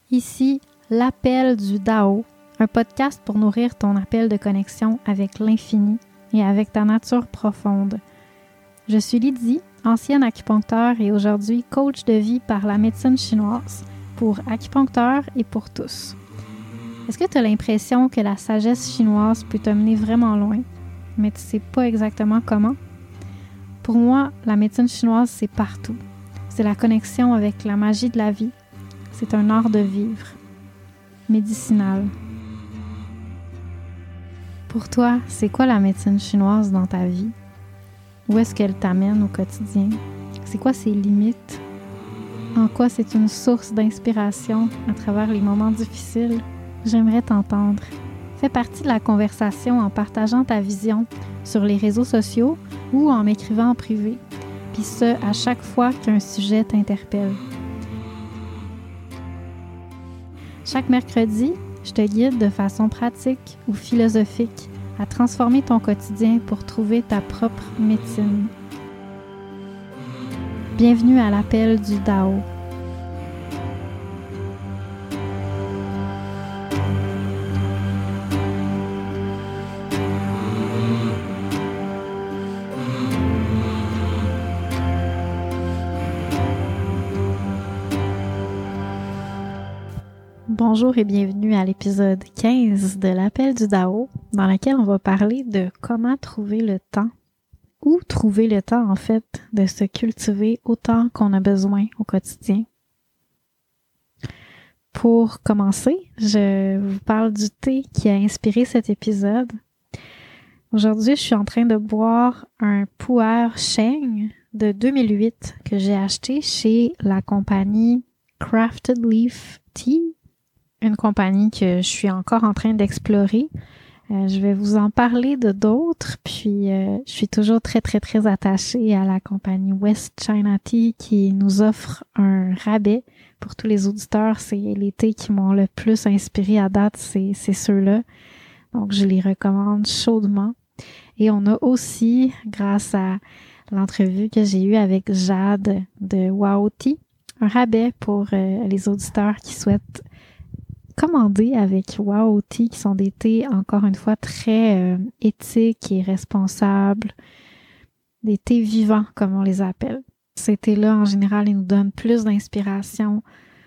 Ici, l'appel du Dao, un podcast pour nourrir ton appel de connexion avec l'infini et avec ta nature profonde. Je suis Lydie, ancienne acupuncteur et aujourd'hui coach de vie par la médecine chinoise, pour acupuncteurs et pour tous. Est-ce que tu as l'impression que la sagesse chinoise peut te mener vraiment loin, mais tu ne sais pas exactement comment? Pour moi, la médecine chinoise, c'est partout. C'est la connexion avec la magie de la vie. C'est un art de vivre, médicinal. Pour toi, c'est quoi la médecine chinoise dans ta vie? Où est-ce qu'elle t'amène au quotidien? C'est quoi ses limites? En quoi c'est une source d'inspiration à travers les moments difficiles? J'aimerais t'entendre. Fais partie de la conversation en partageant ta vision sur les réseaux sociaux ou en m'écrivant en privé, puis ce, à chaque fois qu'un sujet t'interpelle. Chaque mercredi, je te guide de façon pratique ou philosophique à transformer ton quotidien pour trouver ta propre médecine. Bienvenue à l'appel du Dao. Bonjour et bienvenue à l'épisode 15 de l'appel du Dao, dans lequel on va parler de comment trouver le temps, ou trouver le temps en fait, de se cultiver autant qu'on a besoin au quotidien. Pour commencer, je vous parle du thé qui a inspiré cet épisode. Aujourd'hui, je suis en train de boire un pu'er Sheng de 2008 que j'ai acheté chez la compagnie Crafted Leaf Tea, une compagnie que je suis encore en train d'explorer. Je vais vous en parler de d'autres, puis je suis toujours très, très, très attachée à la compagnie West China Tea qui nous offre un rabais pour tous les auditeurs. C'est les thés qui m'ont le plus inspiré à date, c'est ceux-là. Donc, je les recommande chaudement. Et on a aussi, grâce à l'entrevue que j'ai eue avec Jade de Wow Tea, un rabais pour les auditeurs qui souhaitent commander avec Wow Tea, qui sont des thés, encore une fois, très éthiques et responsables. Des thés vivants, comme on les appelle. Ces thés-là, en général, ils nous donnent plus d'inspiration,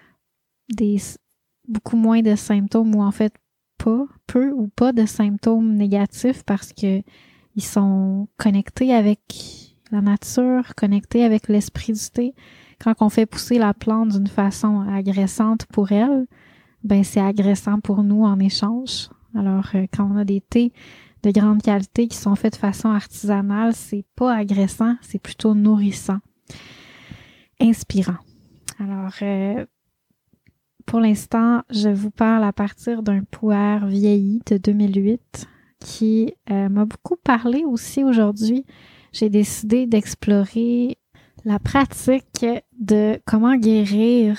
beaucoup moins de symptômes, ou en fait, peu ou pas de symptômes négatifs parce que ils sont connectés avec la nature, connectés avec l'esprit du thé. Quand on fait pousser la plante d'une façon agressante pour elle, ben c'est agressant pour nous en échange. Alors, quand on a des thés de grande qualité qui sont faits de façon artisanale, c'est pas agressant, c'est plutôt nourrissant, inspirant. Alors, pour l'instant, je vous parle à partir d'un pu'er vieilli de 2008 qui m'a beaucoup parlé aussi aujourd'hui. J'ai décidé d'explorer la pratique de comment guérir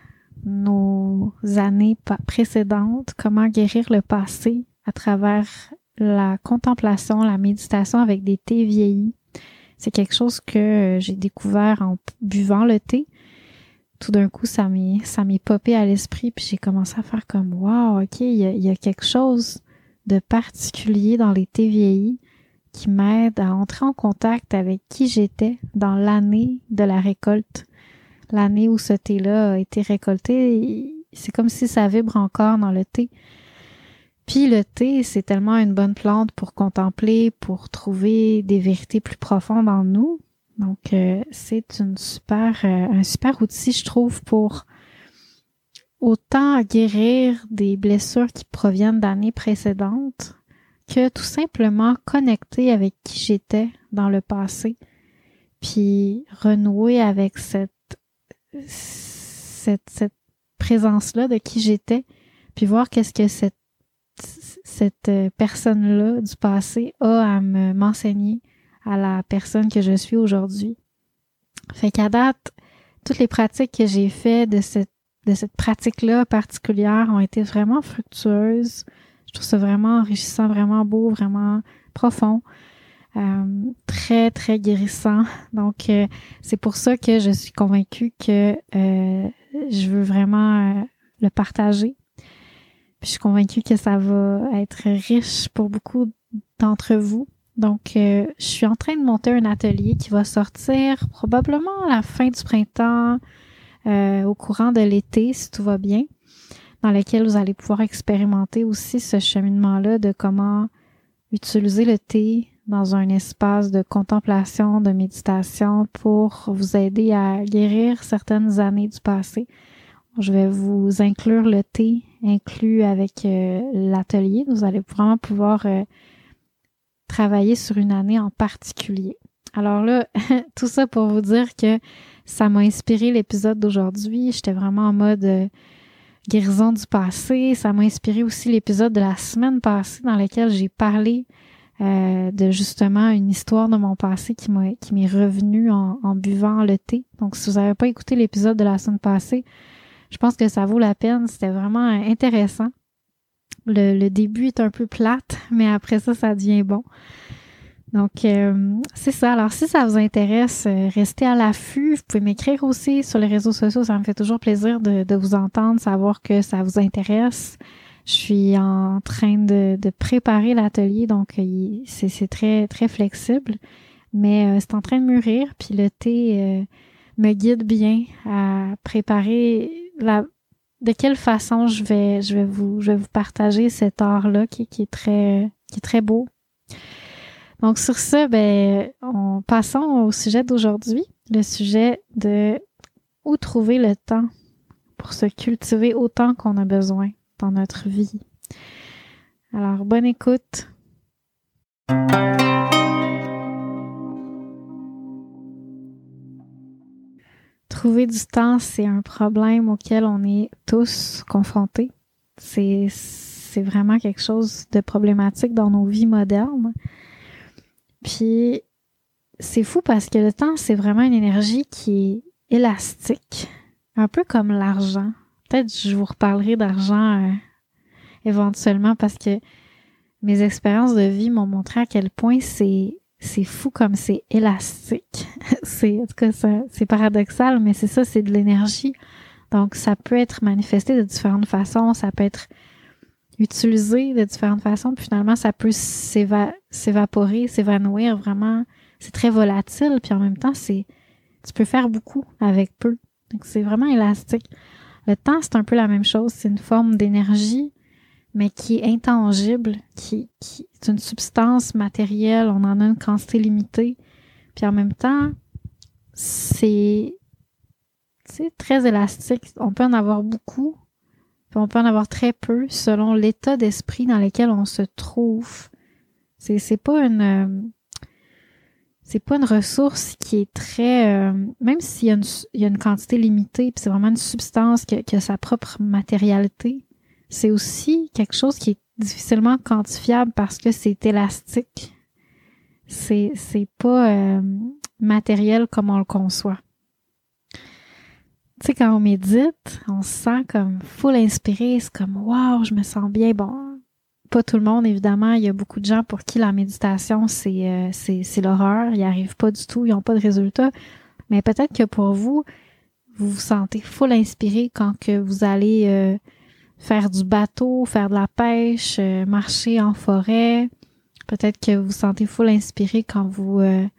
nos années précédentes, comment guérir le passé à travers la contemplation, la méditation avec des thés vieillis. C'est quelque chose que j'ai découvert en buvant le thé. Tout d'un coup, ça m'est popé à l'esprit, puis j'ai commencé à faire comme « Wow, ok, il y a quelque chose de particulier dans les thés vieillis qui m'aide à entrer en contact avec qui j'étais dans l'année de la récolte. » L'année où ce thé-là a été récolté, c'est comme si ça vibre encore dans le thé. Puis le thé, c'est tellement une bonne plante pour contempler, pour trouver des vérités plus profondes en nous. Donc, c'est un super outil, je trouve, pour autant guérir des blessures qui proviennent d'années précédentes que tout simplement connecter avec qui j'étais dans le passé, puis renouer avec cette présence-là de qui j'étais, puis voir qu'est-ce que cette personne-là du passé a à m'enseigner à la personne que je suis aujourd'hui. Fait qu'à date, toutes les pratiques que j'ai faites de cette pratique-là particulière ont été vraiment fructueuses. Je trouve ça vraiment enrichissant, vraiment beau, vraiment profond. Très, très guérissant. Donc, c'est pour ça que je suis convaincue que je veux vraiment le partager. Puis je suis convaincue que ça va être riche pour beaucoup d'entre vous. Donc, je suis en train de monter un atelier qui va sortir probablement à la fin du printemps, au courant de l'été, si tout va bien, dans lequel vous allez pouvoir expérimenter aussi ce cheminement-là de comment utiliser le thé dans un espace de contemplation, de méditation pour vous aider à guérir certaines années du passé. Je vais vous inclure le thé inclus avec l'atelier. Vous allez vraiment pouvoir travailler sur une année en particulier. Alors là, tout ça pour vous dire que ça m'a inspiré l'épisode d'aujourd'hui. J'étais vraiment en mode guérison du passé. Ça m'a inspiré aussi l'épisode de la semaine passée dans lequel j'ai parlé de justement une histoire de mon passé qui m'est revenue en buvant le thé. Donc, si vous n'avez pas écouté l'épisode de la semaine passée, je pense que ça vaut la peine. C'était vraiment intéressant. Le début est un peu plate, mais après ça devient bon. Donc, c'est ça. Alors, si ça vous intéresse, restez à l'affût. Vous pouvez m'écrire aussi sur les réseaux sociaux. Ça me fait toujours plaisir de vous entendre, savoir que ça vous intéresse. Je suis en train de préparer l'atelier, donc c'est très, très flexible. Mais c'est en train de mûrir, puis le thé me guide bien à préparer de quelle façon je vais vous partager cet art-là qui est très beau. Donc sur ce, passons au sujet d'aujourd'hui, le sujet de où trouver le temps pour se cultiver autant qu'on a besoin dans notre vie. Alors, bonne écoute. Trouver du temps, c'est un problème auquel on est tous confrontés. C'est vraiment quelque chose de problématique dans nos vies modernes. Puis, c'est fou parce que le temps, c'est vraiment une énergie qui est élastique, un peu comme l'argent. Peut-être que je vous reparlerai d'argent éventuellement parce que mes expériences de vie m'ont montré à quel point c'est fou comme c'est élastique. En tout cas, c'est paradoxal, mais c'est ça, c'est de l'énergie. Donc, ça peut être manifesté de différentes façons, ça peut être utilisé de différentes façons, puis finalement, ça peut s'évaporer, s'évanouir, vraiment. C'est très volatile, puis en même temps, tu peux faire beaucoup avec peu. Donc, c'est vraiment élastique. Le temps, c'est un peu la même chose. C'est une forme d'énergie, mais qui est intangible, qui est une substance matérielle. On en a une quantité limitée. Puis en même temps, c'est très élastique. On peut en avoir beaucoup, puis on peut en avoir très peu selon l'état d'esprit dans lequel on se trouve. C'est pas une ressource qui est très même s'il y a une quantité limitée, puis c'est vraiment une substance qui a sa propre matérialité, c'est aussi quelque chose qui est difficilement quantifiable parce que c'est élastique. C'est pas matériel comme on le conçoit. Tu sais, quand on médite, on se sent comme full inspiré, c'est comme wow, je me sens bien. Bon, pas tout le monde, évidemment. Il y a beaucoup de gens pour qui la méditation, c'est l'horreur. Ils n'y arrivent pas du tout, ils n'ont pas de résultat. Mais peut-être que pour vous, vous vous sentez full inspiré quand que vous allez faire du bateau, faire de la pêche, marcher en forêt. Peut-être que vous vous sentez full inspiré quand vous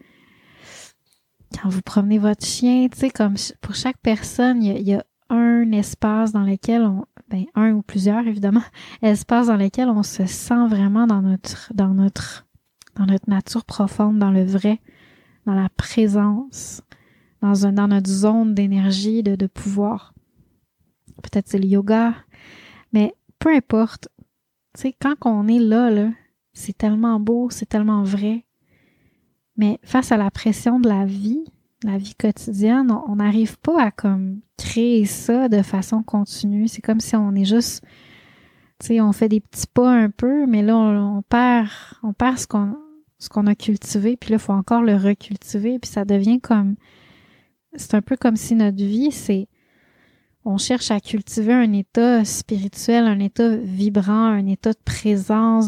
promenez votre chien. Tu sais, comme pour chaque personne, il y a un espace dans lequel un ou plusieurs, évidemment, espaces dans lesquels on se sent vraiment dans notre nature profonde, dans le vrai, dans la présence, dans notre zone d'énergie, de pouvoir. Peut-être c'est le yoga, mais peu importe. Tu sais, quand on est là, c'est tellement beau, c'est tellement vrai. Mais face à la pression de la vie quotidienne, on n'arrive pas à comme créer ça de façon continue. C'est comme si on est juste, tu sais, on fait des petits pas un peu, mais là, on perd ce qu'on a cultivé, puis là, il faut encore le recultiver, puis ça devient comme, c'est un peu comme si notre vie, on cherche à cultiver un état spirituel, un état vibrant, un état de présence,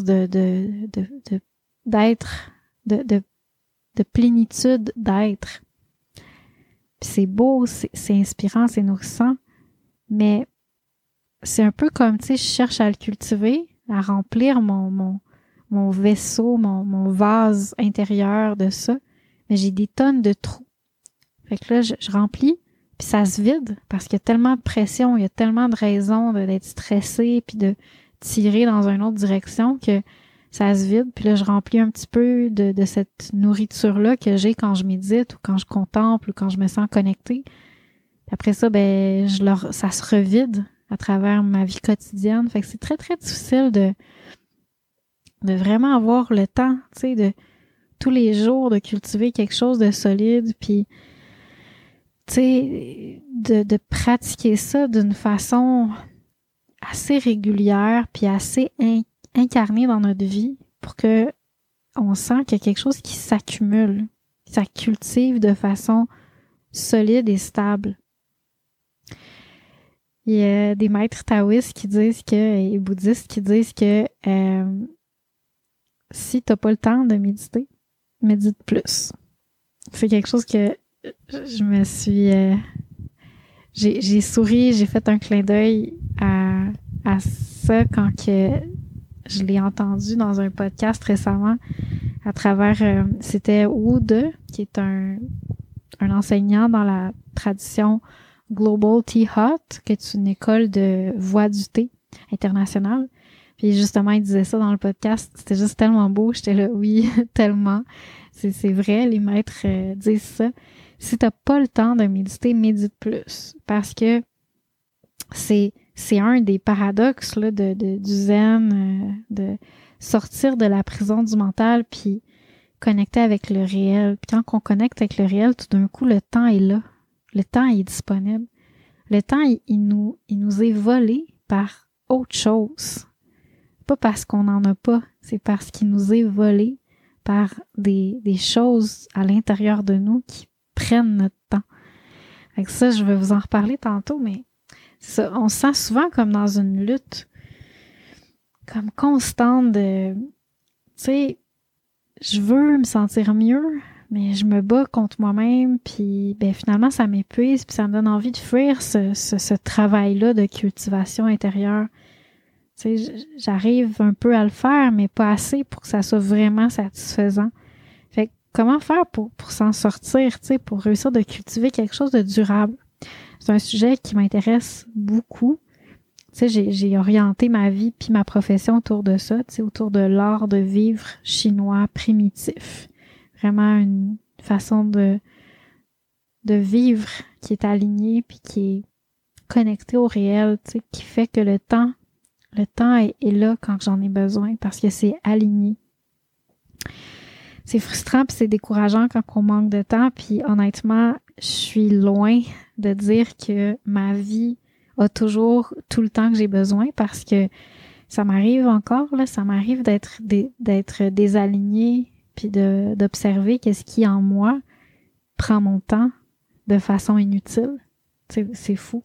d'être, de plénitude d'être. Puis c'est beau, c'est inspirant, c'est nourrissant, mais c'est un peu comme, tu sais, je cherche à le cultiver, à remplir mon vaisseau, mon vase intérieur de ça, mais j'ai des tonnes de trous. Fait que là, je remplis, puis ça se vide parce qu'il y a tellement de pression, il y a tellement de raisons d'être stressé puis de tirer dans une autre direction que ça se vide. Puis là, je remplis un petit peu de cette nourriture-là que j'ai quand je médite ou quand je contemple ou quand je me sens connectée. Après ça, ben, ça se revide à travers ma vie quotidienne. Fait que c'est très, très difficile de vraiment avoir le temps, tu sais, de tous les jours de cultiver quelque chose de solide, puis tu sais, de pratiquer ça d'une façon assez régulière puis assez incarnée dans notre vie pour que on sent qu'il y a quelque chose qui s'accumule, qui ça cultive de façon solide et stable. Il y a des maîtres taoïstes qui disent et bouddhistes qui disent que si t'as pas le temps de méditer, médite plus. C'est quelque chose que je me suis... j'ai souri, j'ai fait un clin d'œil à ça quand que je l'ai entendu dans un podcast récemment à travers... c'était Wu De, qui est un enseignant dans la tradition Global Tea Hut, qui est une école de voix du thé internationale. Puis justement, il disait ça dans le podcast. C'était juste tellement beau. J'étais là, oui, tellement. C'est vrai, les maîtres disent ça. Si t'as pas le temps de méditer, médite plus. Parce que c'est un des paradoxes là, du zen, de sortir de la prison du mental puis connecter avec le réel. Puis quand on connecte avec le réel, tout d'un coup, le temps est là. Le temps est disponible. Le temps, il nous est volé par autre chose. Pas parce qu'on n'en a pas, c'est parce qu'il nous est volé par des choses à l'intérieur de nous qui prennent notre temps. Avec ça, je vais vous en reparler tantôt, mais c'est ça, on se sent souvent comme dans une lutte comme constante de, tu sais, je veux me sentir mieux, mais je me bats contre moi-même, puis ben finalement ça m'épuise, puis ça me donne envie de fuir ce travail-là de cultivation intérieure. Tu sais, j'arrive un peu à le faire, mais pas assez pour que ça soit vraiment satisfaisant. Fait que comment faire pour s'en sortir, tu sais, pour réussir de cultiver quelque chose de durable? C'est un sujet qui m'intéresse beaucoup. Tu sais, j'ai orienté ma vie puis ma profession autour de ça, tu sais, autour de l'art de vivre chinois primitif. Vraiment une façon de vivre qui est alignée puis qui est connectée au réel, tu sais, qui fait que le temps est là quand j'en ai besoin parce que c'est aligné. C'est frustrant puis c'est décourageant quand on manque de temps, puis honnêtement, je suis loin de dire que ma vie a toujours tout le temps que j'ai besoin parce que ça m'arrive encore, là, ça m'arrive d'être désalignée puis d'observer qu'est-ce qui en moi prend mon temps de façon inutile. C'est fou.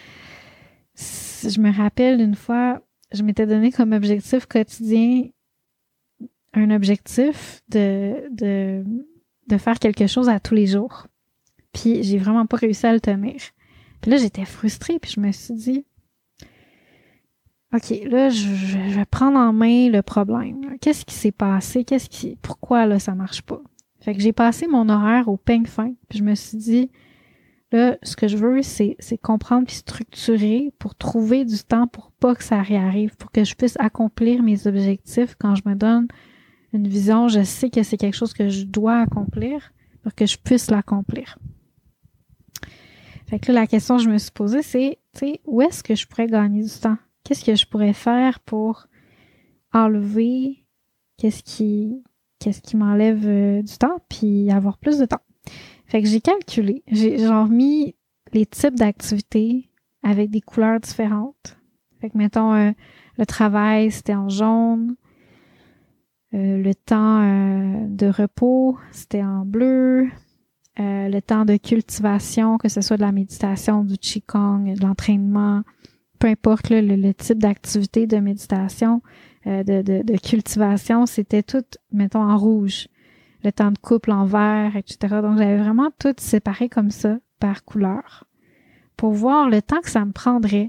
Je me rappelle une fois, je m'étais donné comme objectif quotidien un objectif de faire quelque chose à tous les jours. Puis j'ai vraiment pas réussi à le tenir. Puis là, j'étais frustrée, puis je me suis dit, OK, là, je vais prendre en main le problème. Qu'est-ce qui s'est passé? Pourquoi, là, ça marche pas? Fait que j'ai passé mon horaire au peigne fin, puis je me suis dit, là, ce que je veux, c'est comprendre puis structurer pour trouver du temps pour pas que ça réarrive, pour que je puisse accomplir mes objectifs quand je me donne une vision, je sais que c'est quelque chose que je dois accomplir pour que je puisse l'accomplir. Fait que là, la question que je me suis posée, c'est, tu sais, où est-ce que je pourrais gagner du temps? Qu'est-ce que je pourrais faire pour enlever qu'est-ce qui m'enlève du temps puis avoir plus de temps? Fait que j'ai calculé, j'ai genre mis les types d'activités avec des couleurs différentes. Fait que mettons, le travail, c'était en jaune. Le temps de repos, c'était en bleu. Le temps de cultivation, que ce soit de la méditation, du qigong, de l'entraînement, peu importe là, le type d'activité de méditation, de cultivation, c'était tout, mettons, en rouge. Le temps de couple en vert, etc. Donc, j'avais vraiment tout séparé comme ça, par couleur, pour voir le temps que ça me prendrait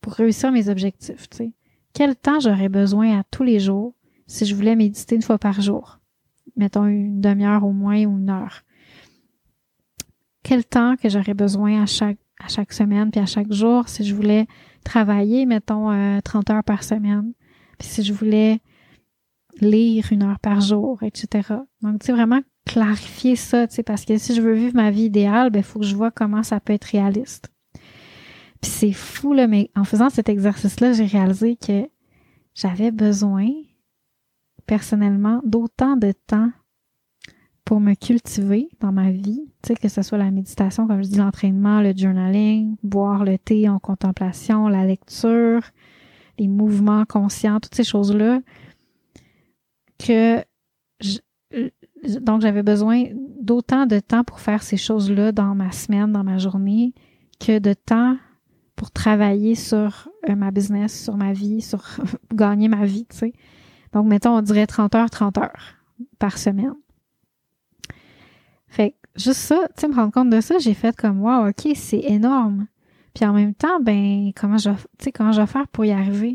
pour réussir mes objectifs, tu sais. Quel temps j'aurais besoin à tous les jours si je voulais méditer une fois par jour? Mettons une demi-heure au moins ou une heure. Quel temps que j'aurais besoin à chaque semaine puis à chaque jour si je voulais travailler, mettons 30 heures par semaine. Puis si je voulais lire 1 heure par jour, etc. Donc, tu sais, vraiment clarifier ça, tu sais, parce que si je veux vivre ma vie idéale, ben, il faut que je vois comment ça peut être réaliste. Puis c'est fou, là, mais en faisant cet exercice-là, j'ai réalisé que j'avais besoin, personnellement, d'autant de temps pour me cultiver dans ma vie, tu sais, que ce soit la méditation, comme je dis, l'entraînement, le journaling, boire le thé en contemplation, la lecture, les mouvements conscients, toutes ces choses-là, donc j'avais besoin d'autant de temps pour faire ces choses-là dans ma semaine, dans ma journée, que de temps pour travailler sur ma business, sur ma vie, sur gagner ma vie, tu sais. Donc, mettons, on dirait 30 heures par semaine. Fait que juste ça, tu sais, me rendre compte de ça, j'ai fait comme, wow, OK, c'est énorme. Puis en même temps, ben, comment je vais faire pour y arriver?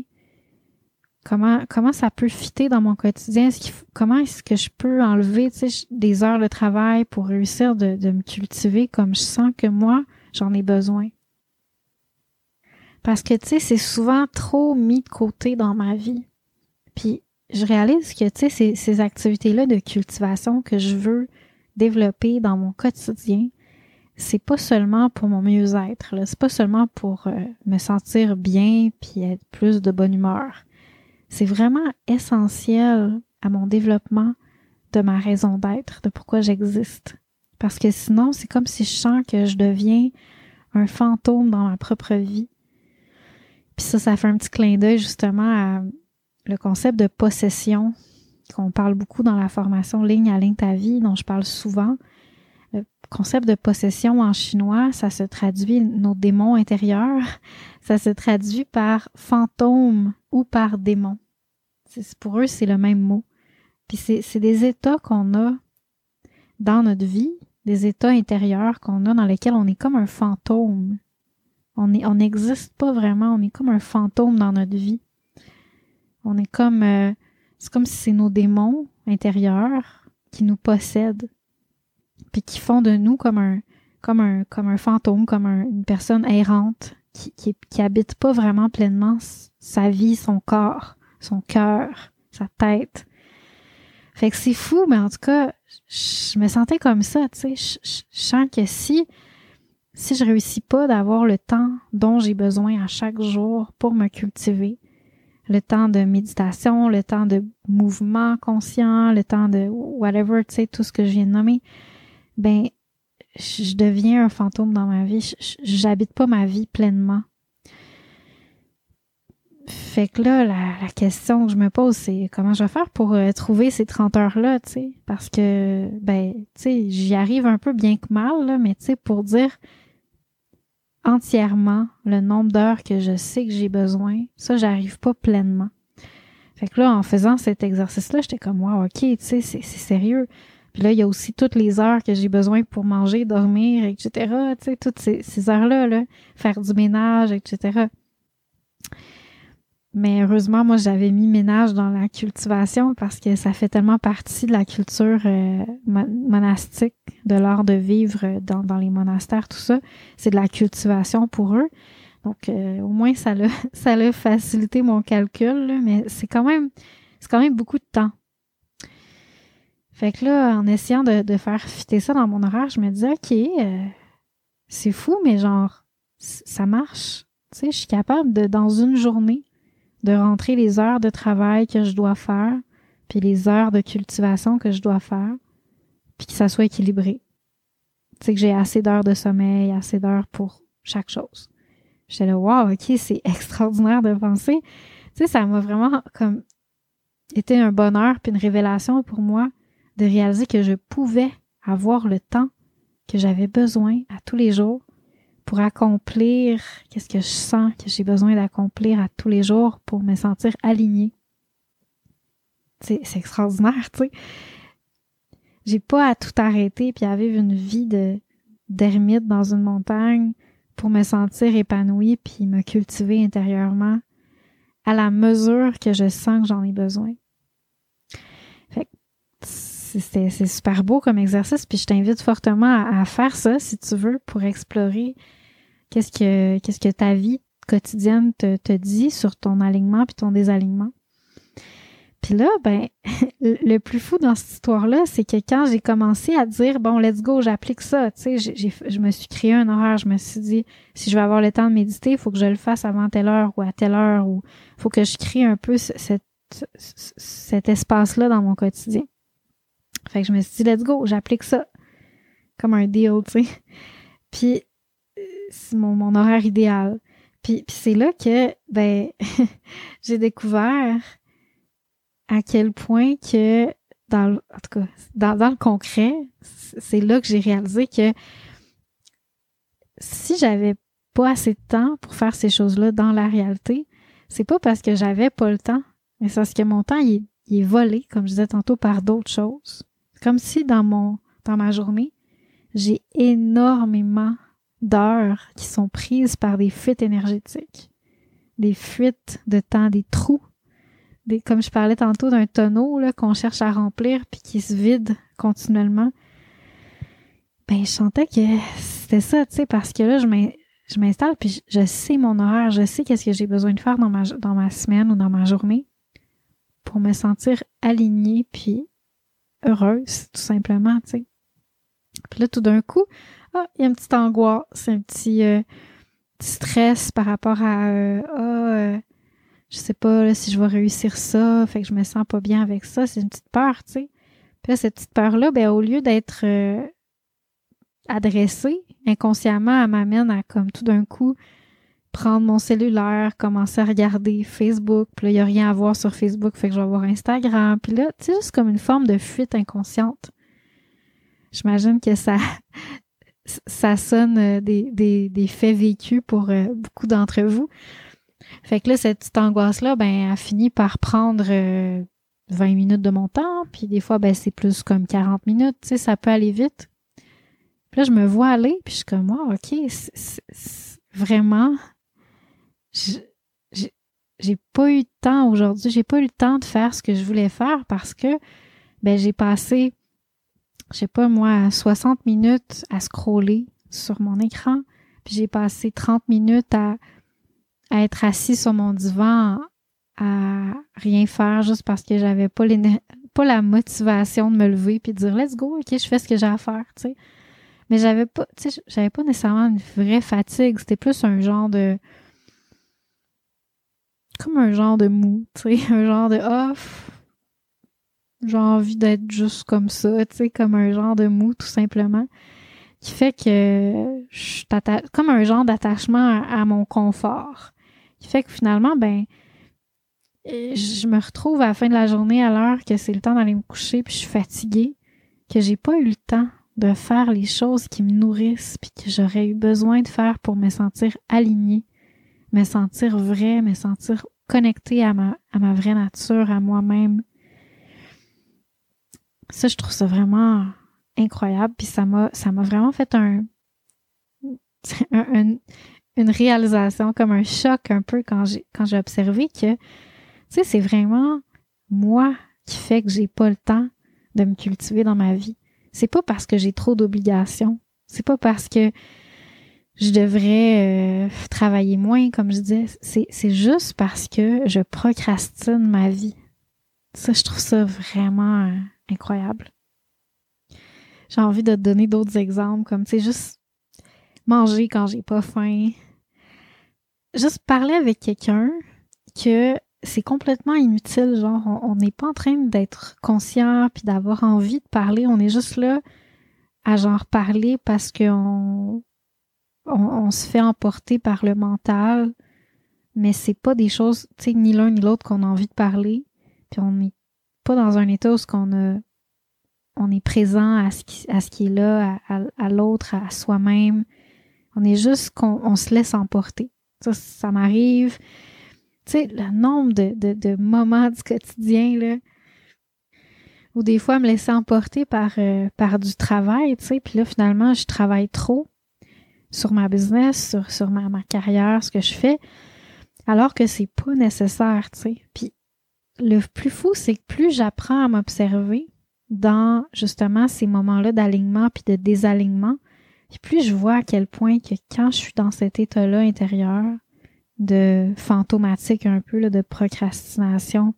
Comment ça peut fitter dans mon quotidien? Comment est-ce que je peux enlever, tu sais, des heures de travail pour réussir de me cultiver comme je sens que moi, j'en ai besoin? Parce que, tu sais, c'est souvent trop mis de côté dans ma vie. Puis, je réalise que, tu sais, ces activités-là de cultivation que je veux développer dans mon quotidien, c'est pas seulement pour mon mieux-être, là. C'est pas seulement pour me sentir bien puis être plus de bonne humeur. C'est vraiment essentiel à mon développement de ma raison d'être, de pourquoi j'existe. Parce que sinon, c'est comme si je sens que je deviens un fantôme dans ma propre vie. Puis ça fait un petit clin d'œil justement à le concept de possession qu'on parle beaucoup dans la formation Ligne à ligne ta vie, dont je parle souvent. Le concept de possession en chinois, ça se traduit, nos démons intérieurs, ça se traduit par fantôme ou par démon. Pour eux, c'est le même mot. Puis c'est des états qu'on a dans notre vie, des états intérieurs qu'on a dans lesquels on est comme un fantôme. On n'existe pas vraiment, on est comme un fantôme dans notre vie. On est comme, c'est comme si c'est nos démons intérieurs qui nous possèdent, puis qui font de nous comme un fantôme, comme une personne errante qui habite pas vraiment pleinement sa vie, son corps, son cœur, sa tête. Fait que c'est fou, mais en tout cas, je me sentais comme ça, tu sais. Je sens que si je réussis pas d'avoir le temps dont j'ai besoin à chaque jour pour me cultiver, le temps de méditation, le temps de mouvement conscient, le temps de whatever, tu sais, tout ce que je viens de nommer, ben, je deviens un fantôme dans ma vie. J'habite pas ma vie pleinement. Fait que là, la question que je me pose, c'est comment je vais faire pour trouver ces 30 heures-là, tu sais, parce que, ben, tu sais, j'y arrive un peu bien que mal, là, mais tu sais, pour dire entièrement le nombre d'heures que je sais que j'ai besoin, ça, j'arrive pas pleinement. Fait que là, en faisant cet exercice-là, j'étais comme, wow, OK, tu sais, c'est sérieux. Puis là, il y a aussi toutes les heures que j'ai besoin pour manger, dormir, etc., tu sais, toutes ces heures-là, là, faire du ménage, etc., mais heureusement, moi, j'avais mis ménage dans la cultivation parce que ça fait tellement partie de la culture monastique, de l'art de vivre dans les monastères, tout ça. C'est de la cultivation pour eux. Donc, au moins, ça l'a facilité mon calcul, là, mais c'est quand même beaucoup de temps. Fait que là, en essayant de faire fitter ça dans mon horaire, je me disais, OK, c'est fou, mais genre, ça marche. Tu sais, je suis capable dans une journée, de rentrer les heures de travail que je dois faire, puis les heures de cultivation que je dois faire, puis que ça soit équilibré. Tu sais, que j'ai assez d'heures de sommeil, assez d'heures pour chaque chose. J'étais là, wow, OK, c'est extraordinaire de penser. Tu sais, ça m'a vraiment comme été un bonheur puis une révélation pour moi de réaliser que je pouvais avoir le temps que j'avais besoin à tous les jours pour accomplir qu'est-ce que je sens que j'ai besoin d'accomplir à tous les jours pour me sentir alignée. C'est extraordinaire, tu sais. J'ai pas à tout arrêter puis à vivre une vie d'ermite dans une montagne pour me sentir épanouie puis me cultiver intérieurement à la mesure que je sens que j'en ai besoin. Fait que c'est super beau comme exercice, puis je t'invite fortement à faire ça si tu veux pour explorer qu'est-ce que ta vie quotidienne te dit sur ton alignement puis ton désalignement. Puis là, ben, le plus fou dans cette histoire-là, c'est que quand j'ai commencé à dire, bon, let's go, j'applique ça, tu sais, je me suis créé un horaire, je me suis dit, si je veux avoir le temps de méditer, il faut que je le fasse avant telle heure ou à telle heure, ou il faut que je crée un peu cet espace-là dans mon quotidien. Fait que je me suis dit, let's go, j'applique ça. Comme un deal, tu sais. Puis, c'est mon horaire idéal. Puis c'est là que, ben, j'ai découvert à quel point que, en tout cas, dans le concret, c'est là que j'ai réalisé que si j'avais pas assez de temps pour faire ces choses-là dans la réalité, c'est pas parce que j'avais pas le temps, mais c'est parce que mon temps, il est volé, comme je disais tantôt, par d'autres choses. C'est comme si dans ma journée, j'ai énormément d'heures qui sont prises par des fuites énergétiques, des fuites de temps, des trous, comme je parlais tantôt d'un tonneau là, qu'on cherche à remplir puis qui se vide continuellement. Ben, je sentais que c'était ça, tu sais, parce que là, je m'installe puis je sais mon horaire, je sais qu'est-ce que j'ai besoin de faire dans ma semaine ou dans ma journée pour me sentir alignée puis heureuse, tout simplement, tu sais. Puis là, tout d'un coup, il y a une petite angoisse, un petit stress par rapport à je sais pas là, si je vais réussir ça, fait que je me sens pas bien avec ça. C'est une petite peur, tu sais. Puis là, cette petite peur-là, ben au lieu d'être adressée inconsciemment, elle m'amène à comme tout d'un coup prendre mon cellulaire, commencer à regarder Facebook. Puis là, il n'y a rien à voir sur Facebook, fait que je vais voir Instagram. Puis là, tu sais, juste comme une forme de fuite inconsciente. J'imagine que ça sonne des faits vécus pour beaucoup d'entre vous. Fait que là, cette petite angoisse-là, ben, elle finit par prendre 20 minutes de mon temps, puis des fois, ben, c'est plus comme 40 minutes, tu sais, ça peut aller vite. Puis là, je me vois aller, puis je suis comme, oh, OK, vraiment, j'ai pas eu de temps aujourd'hui, j'ai pas eu le temps de faire ce que je voulais faire parce que, ben, j'ai passé, je sais pas moi, 60 minutes à scroller sur mon écran, puis j'ai passé 30 minutes à être assis sur mon divan à rien faire juste parce que j'avais pas la motivation de me lever puis de dire let's go, ok, je fais ce que j'ai à faire, tu sais. Mais j'avais pas nécessairement une vraie fatigue, c'était plus un genre de comme un genre de mou, tu sais, un genre de off. J'ai envie d'être juste comme ça, tu sais, comme un genre de mou tout simplement, qui fait que je suis comme un genre d'attachement à mon confort. Qui fait que finalement, ben, je me retrouve à la fin de la journée à l'heure que c'est le temps d'aller me coucher puis je suis fatiguée, que j'ai pas eu le temps de faire les choses qui me nourrissent puis que j'aurais eu besoin de faire pour me sentir alignée, me sentir vraie, me sentir connectée à ma vraie nature, à moi-même. Ça, je trouve ça vraiment incroyable puis ça m'a vraiment fait une réalisation, comme un choc un peu quand j'ai observé que, tu sais, c'est vraiment moi qui fait que j'ai pas le temps de me cultiver dans ma vie. C'est pas parce que j'ai trop d'obligations. C'est pas parce que je devrais travailler moins, comme je disais. C'est juste parce que je procrastine ma vie. Ça, je trouve ça vraiment incroyable. J'ai envie de te donner d'autres exemples, comme, tu sais, juste manger quand j'ai pas faim. Juste parler avec quelqu'un que c'est complètement inutile, genre on n'est pas en train d'être conscient puis d'avoir envie de parler, on est juste là à genre parler parce qu'on se fait emporter par le mental, mais c'est pas des choses, tu sais, ni l'un ni l'autre qu'on a envie de parler, puis on n'est pas dans un état où on est présent à ce qui est là, à l'autre, à soi-même. On est juste on se laisse emporter. Ça m'arrive. Tu sais, le nombre de moments du quotidien, là, où des fois, me laisser emporter par du travail, tu sais, puis là, finalement, je travaille trop. sur ma business, sur ma carrière, ce que je fais, alors que c'est pas nécessaire, tu sais. Puis le plus fou, c'est que plus j'apprends à m'observer dans justement ces moments-là d'alignement puis de désalignement, puis plus je vois à quel point que quand je suis dans cet état-là intérieur de fantomatique un peu, là, de procrastination,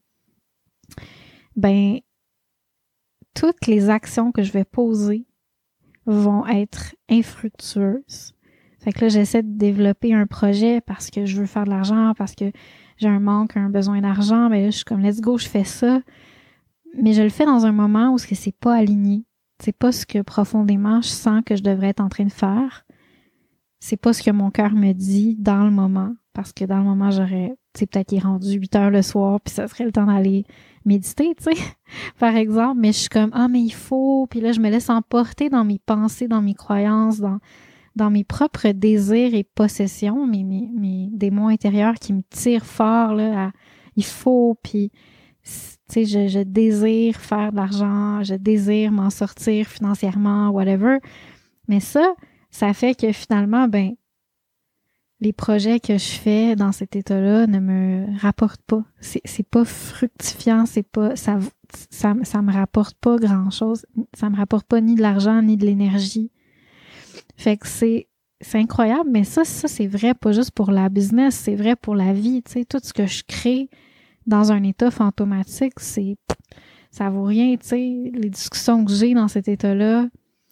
ben toutes les actions que je vais poser vont être infructueuses. Fait que là, j'essaie de développer un projet parce que je veux faire de l'argent, parce que j'ai un manque, un besoin d'argent. Mais là, je suis comme, let's go, je fais ça. Mais je le fais dans un moment où c'est pas aligné. C'est pas ce que profondément je sens que je devrais être en train de faire. C'est pas ce que mon cœur me dit dans le moment. Parce que dans le moment, j'aurais, tu sais, peut-être qu'il est rendu 8 heures le soir, puis ça serait le temps d'aller méditer, tu sais, par exemple. Mais je suis comme, mais il faut. Puis là, je me laisse emporter dans mes pensées, dans mes croyances, dans mes propres désirs et possessions, mes démons intérieurs qui me tirent fort, là, il faut, puis, tu sais, je désire faire de l'argent, je désire m'en sortir financièrement, whatever. Mais ça fait que finalement, ben, les projets que je fais dans cet état-là ne me rapportent pas. C'est pas fructifiant, ça me rapporte pas grand-chose. Ça me rapporte pas ni de l'argent, ni de l'énergie. Fait que c'est incroyable, mais ça c'est vrai pas juste pour la business, c'est vrai pour la vie, tu sais, tout ce que je crée dans un état fantomatique, ça vaut rien, tu sais, les discussions que j'ai dans cet état-là,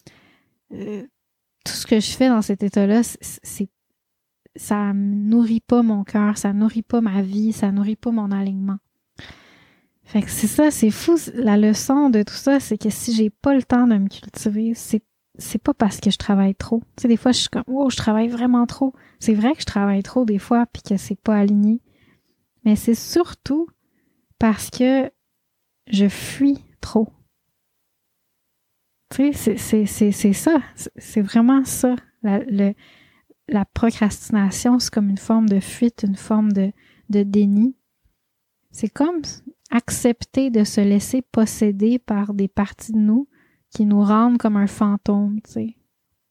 tout ce que je fais dans cet état-là, ça nourrit pas mon cœur, ça nourrit pas ma vie, ça nourrit pas mon alignement. Fait que c'est ça, c'est fou, la leçon de tout ça, c'est que si j'ai pas le temps de me cultiver, c'est pas parce que je travaille trop. Tu sais, des fois, je suis comme, je travaille vraiment trop. C'est vrai que je travaille trop des fois puis que c'est pas aligné. Mais c'est surtout parce que je fuis trop. Tu sais, c'est ça. C'est vraiment ça. La procrastination, c'est comme une forme de fuite, une forme de déni. C'est comme accepter de se laisser posséder par des parties de nous qui nous rendent comme un fantôme, tu sais.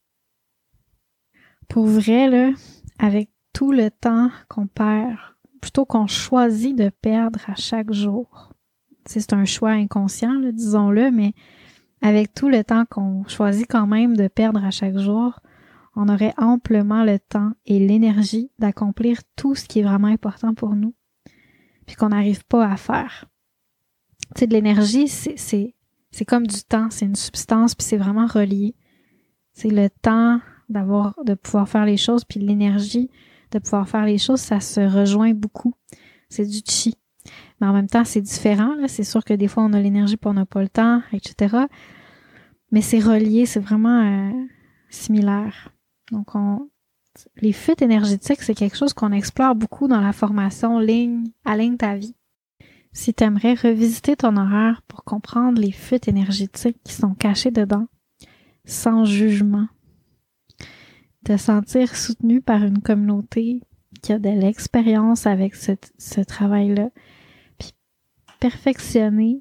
Pour vrai, là, avec tout le temps qu'on perd, plutôt qu'on choisit de perdre à chaque jour. C'est un choix inconscient, là, disons-le, mais avec tout le temps qu'on choisit quand même de perdre à chaque jour, on aurait amplement le temps et l'énergie d'accomplir tout ce qui est vraiment important pour nous, puis qu'on n'arrive pas à faire. Tu sais, de l'énergie, c'est comme du temps, c'est une substance, puis c'est vraiment relié. C'est le temps de pouvoir faire les choses, puis l'énergie de pouvoir faire les choses, ça se rejoint beaucoup. C'est du chi. Mais en même temps, c'est différent, là. C'est sûr que des fois, on a l'énergie puis on n'a pas le temps, etc. Mais c'est relié, c'est vraiment similaire. Donc, les fuites énergétiques, c'est quelque chose qu'on explore beaucoup dans la formation Aligne ta vie. Si tu aimerais revisiter ton horaire pour comprendre les fuites énergétiques qui sont cachées dedans, sans jugement, te sentir soutenu par une communauté qui a de l'expérience avec ce travail-là, puis perfectionner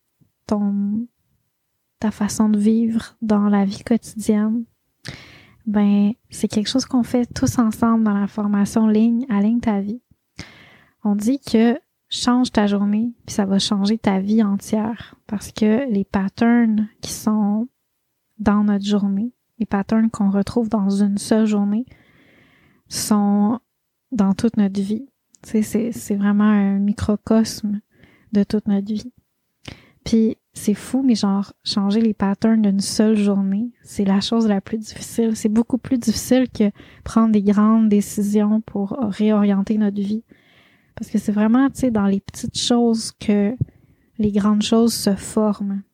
ta façon de vivre dans la vie quotidienne, ben c'est quelque chose qu'on fait tous ensemble dans la formation Aligne ta vie. On dit que change ta journée, puis ça va changer ta vie entière, parce que les patterns qui sont dans notre journée, les patterns qu'on retrouve dans une seule journée, sont dans toute notre vie. Tu sais, c'est vraiment un microcosme de toute notre vie. Puis c'est fou, mais genre, changer les patterns d'une seule journée, c'est la chose la plus difficile. C'est beaucoup plus difficile que prendre des grandes décisions pour réorienter notre vie. Parce que c'est vraiment, tu sais, dans les petites choses que les grandes choses se forment.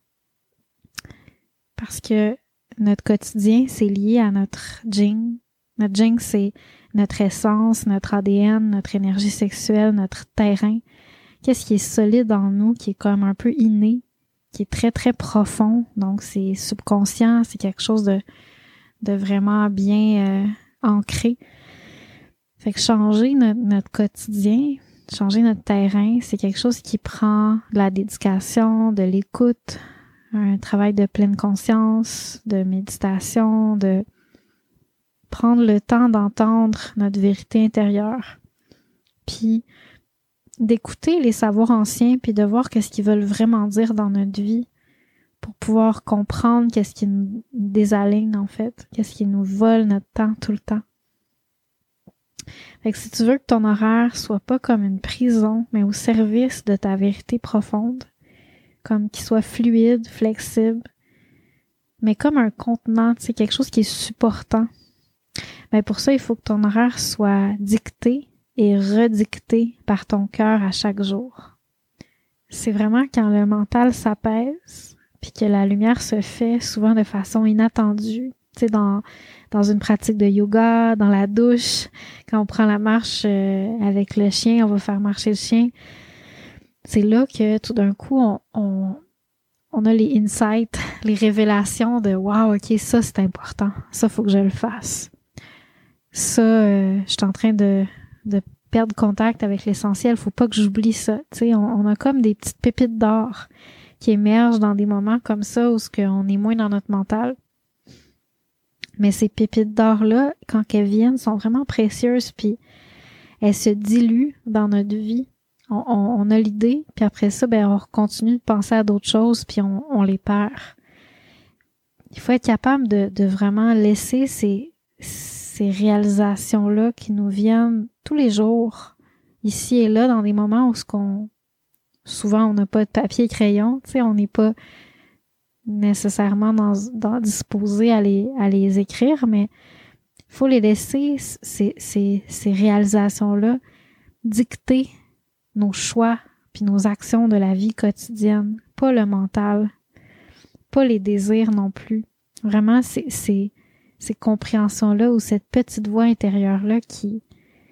Parce que notre quotidien, c'est lié à notre Jing. Notre Jing, c'est notre essence, notre ADN, notre énergie sexuelle, notre terrain. Qu'est-ce qui est solide en nous, qui est comme un peu inné, qui est très, très profond. Donc, c'est subconscient, c'est quelque chose de vraiment bien ancré. Fait que changer notre quotidien, changer notre terrain, c'est quelque chose qui prend de la dédication, de l'écoute, un travail de pleine conscience, de méditation, de prendre le temps d'entendre notre vérité intérieure, puis d'écouter les savoirs anciens, puis de voir qu'est-ce qu'ils veulent vraiment dire dans notre vie pour pouvoir comprendre qu'est-ce qui nous désaligne, en fait, qu'est-ce qui nous vole notre temps tout le temps. Fait que si tu veux que ton horaire soit pas comme une prison, mais au service de ta vérité profonde, comme qu'il soit fluide, flexible, mais comme un contenant, tu sais, quelque chose qui est supportant, ben pour ça, il faut que ton horaire soit dicté et redicté par ton cœur à chaque jour. C'est vraiment quand le mental s'apaise, puis que la lumière se fait souvent de façon inattendue, tu sais, dans une pratique de yoga, dans la douche, quand on prend la marche avec le chien, on va faire marcher le chien. C'est là que tout d'un coup, on a les insights, les révélations de « Wow, ok, ça c'est important, ça faut que je le fasse. » Ça, je suis en train de perdre contact avec l'essentiel, faut pas que j'oublie ça. Tu sais, on a comme des petites pépites d'or qui émergent dans des moments comme ça où on est moins dans notre mental. Mais ces pépites d'or-là, quand elles viennent, sont vraiment précieuses, puis elles se diluent dans notre vie. On a l'idée, puis après ça, ben on continue de penser à d'autres choses, puis on les perd. Il faut être capable de vraiment laisser ces réalisations-là qui nous viennent tous les jours, ici et là, dans des moments où souvent on n'a pas de papier et crayon, tu sais, on n'est pas nécessairement disposé à les écrire, mais il faut les laisser, ces réalisations-là, dicter nos choix puis nos actions de la vie quotidienne, pas le mental, pas les désirs non plus. Vraiment, ces compréhensions-là ou cette petite voix intérieure-là qui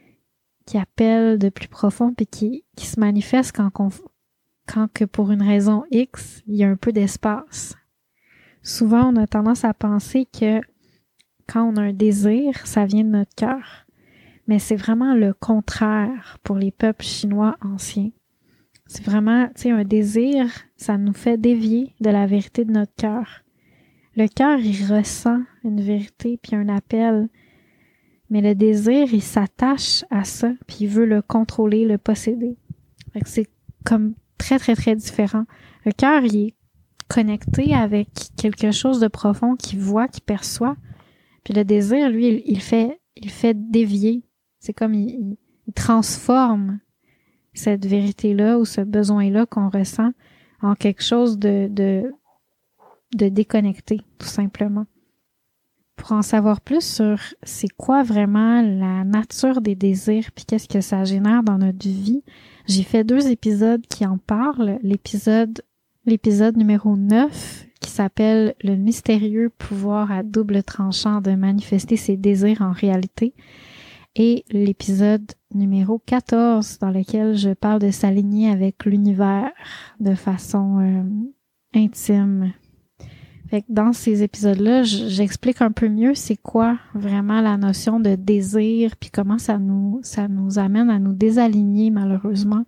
appelle de plus profond puis qui se manifeste quand que pour une raison X, il y a un peu d'espace. Souvent, on a tendance à penser que quand on a un désir, ça vient de notre cœur. Mais c'est vraiment le contraire pour les peuples chinois anciens. C'est vraiment, tu sais, un désir, ça nous fait dévier de la vérité de notre cœur. Le cœur, il ressent une vérité puis un appel. Mais le désir, il s'attache à ça puis il veut le contrôler, le posséder. Fait que c'est comme très, très, très différent. Le cœur, il est connecté avec quelque chose de profond qu'il voit, qu'il perçoit. Puis le désir, lui, il fait dévier. C'est comme il transforme cette vérité-là ou ce besoin-là qu'on ressent en quelque chose de déconnecté, tout simplement. Pour en savoir plus sur c'est quoi vraiment la nature des désirs puis qu'est-ce que ça génère dans notre vie, j'ai fait 2 épisodes qui en parlent. L'épisode numéro 9 qui s'appelle « Le mystérieux pouvoir à double tranchant de manifester ses désirs en réalité » et l'épisode numéro 14 dans lequel je parle de s'aligner avec l'univers de façon intime. Fait que dans ces épisodes-là, j'explique un peu mieux c'est quoi vraiment la notion de désir puis comment ça nous amène à nous désaligner malheureusement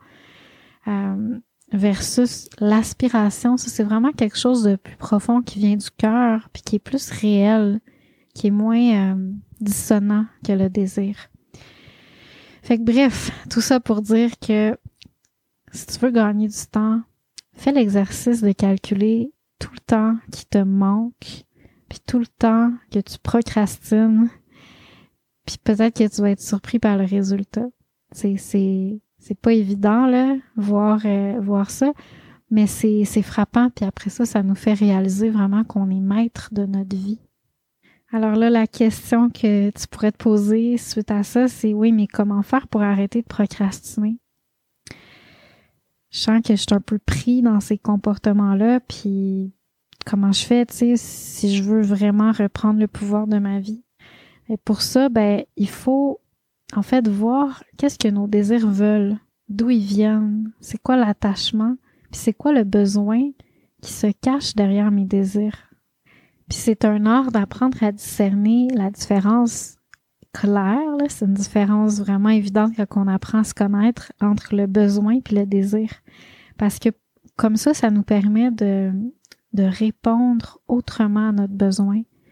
versus l'aspiration. Ça, c'est vraiment quelque chose de plus profond qui vient du cœur puis qui est plus réel, qui est moins dissonant que le désir. Fait que bref, tout ça pour dire que si tu veux gagner du temps, fais l'exercice de calculer tout le temps qui te manque, puis tout le temps que tu procrastines, puis peut-être que tu vas être surpris par le résultat. C'est pas évident là, voir ça, mais c'est frappant, puis après ça nous fait réaliser vraiment qu'on est maître de notre vie. Alors là, la question que tu pourrais te poser suite à ça, c'est oui, mais comment faire pour arrêter de procrastiner? Je sens que je suis un peu pris dans ces comportements-là, puis comment je fais, tu sais, si je veux vraiment reprendre le pouvoir de ma vie. Et pour ça, ben, il faut en fait voir qu'est-ce que nos désirs veulent, d'où ils viennent, c'est quoi l'attachement, puis c'est quoi le besoin qui se cache derrière mes désirs. Puis c'est un art d'apprendre à discerner la différence claire, là, c'est une différence vraiment évidente quand on apprend à se connaître entre le besoin puis le désir. Parce que comme ça nous permet de répondre autrement à notre besoin,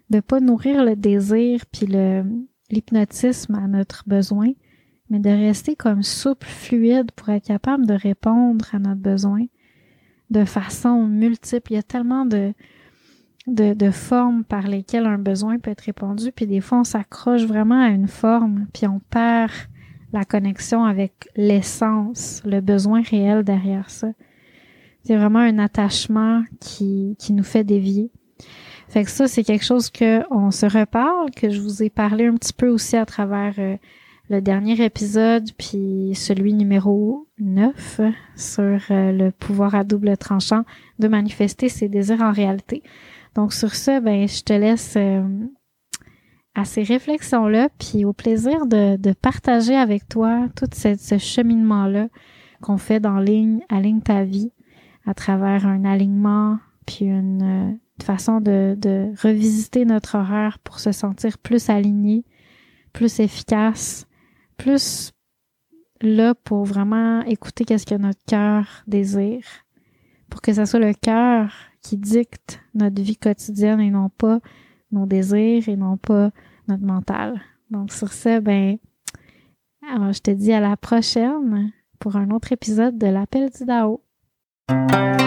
de pas nourrir le désir puis l'hypnotisme à notre besoin, mais de rester comme souple, fluide pour être capable de répondre à notre besoin de façon multiple. Il y a tellement de formes par lesquelles un besoin peut être répondu, puis des fois on s'accroche vraiment à une forme, puis on perd la connexion avec l'essence, le besoin réel derrière ça. C'est vraiment un attachement qui nous fait dévier. Fait que ça, c'est quelque chose qu'on se reparle, que je vous ai parlé un petit peu aussi à travers le dernier épisode, puis celui numéro 9 sur le pouvoir à double tranchant de manifester ses désirs en réalité. Donc sur ça, je te laisse à ces réflexions-là, puis au plaisir de partager avec toi tout ce cheminement-là qu'on fait dans Aligne ta vie à travers un alignement, puis une façon de revisiter notre horaire pour se sentir plus aligné, plus efficace, plus là pour vraiment écouter qu'est-ce que notre cœur désire, pour que ce soit le cœur qui dicte notre vie quotidienne et non pas nos désirs et non pas notre mental. Donc sur ce, alors je te dis à la prochaine pour un autre épisode de l'Appel du Dao.